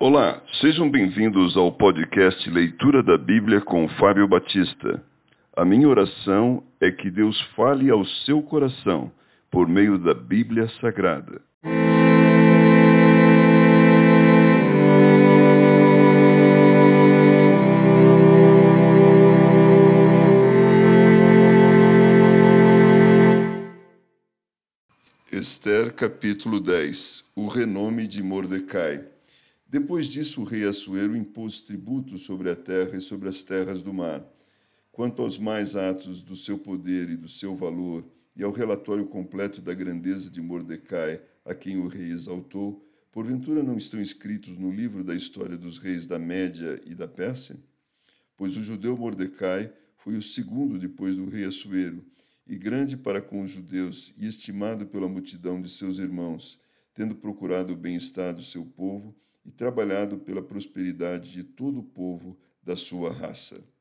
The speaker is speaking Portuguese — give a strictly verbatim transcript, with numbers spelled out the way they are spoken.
Olá, sejam bem-vindos ao podcast Leitura da Bíblia com Fábio Batista. A minha oração é que Deus fale ao seu coração por meio da Bíblia Sagrada. Ester, capítulo dez. O renome de Mordecai. Depois disso, o rei Assuero impôs tributos sobre a terra e sobre as terras do mar. Quanto aos mais atos do seu poder e do seu valor, e ao relatório completo da grandeza de Mordecai, a quem o rei exaltou, porventura não estão escritos no livro da história dos reis da Média e da Pérsia? Pois o judeu Mordecai foi o segundo depois do rei Assuero, e grande para com os judeus, e estimado pela multidão de seus irmãos, tendo procurado o bem-estar do seu povo, e trabalhado pela prosperidade de todo o povo da sua raça.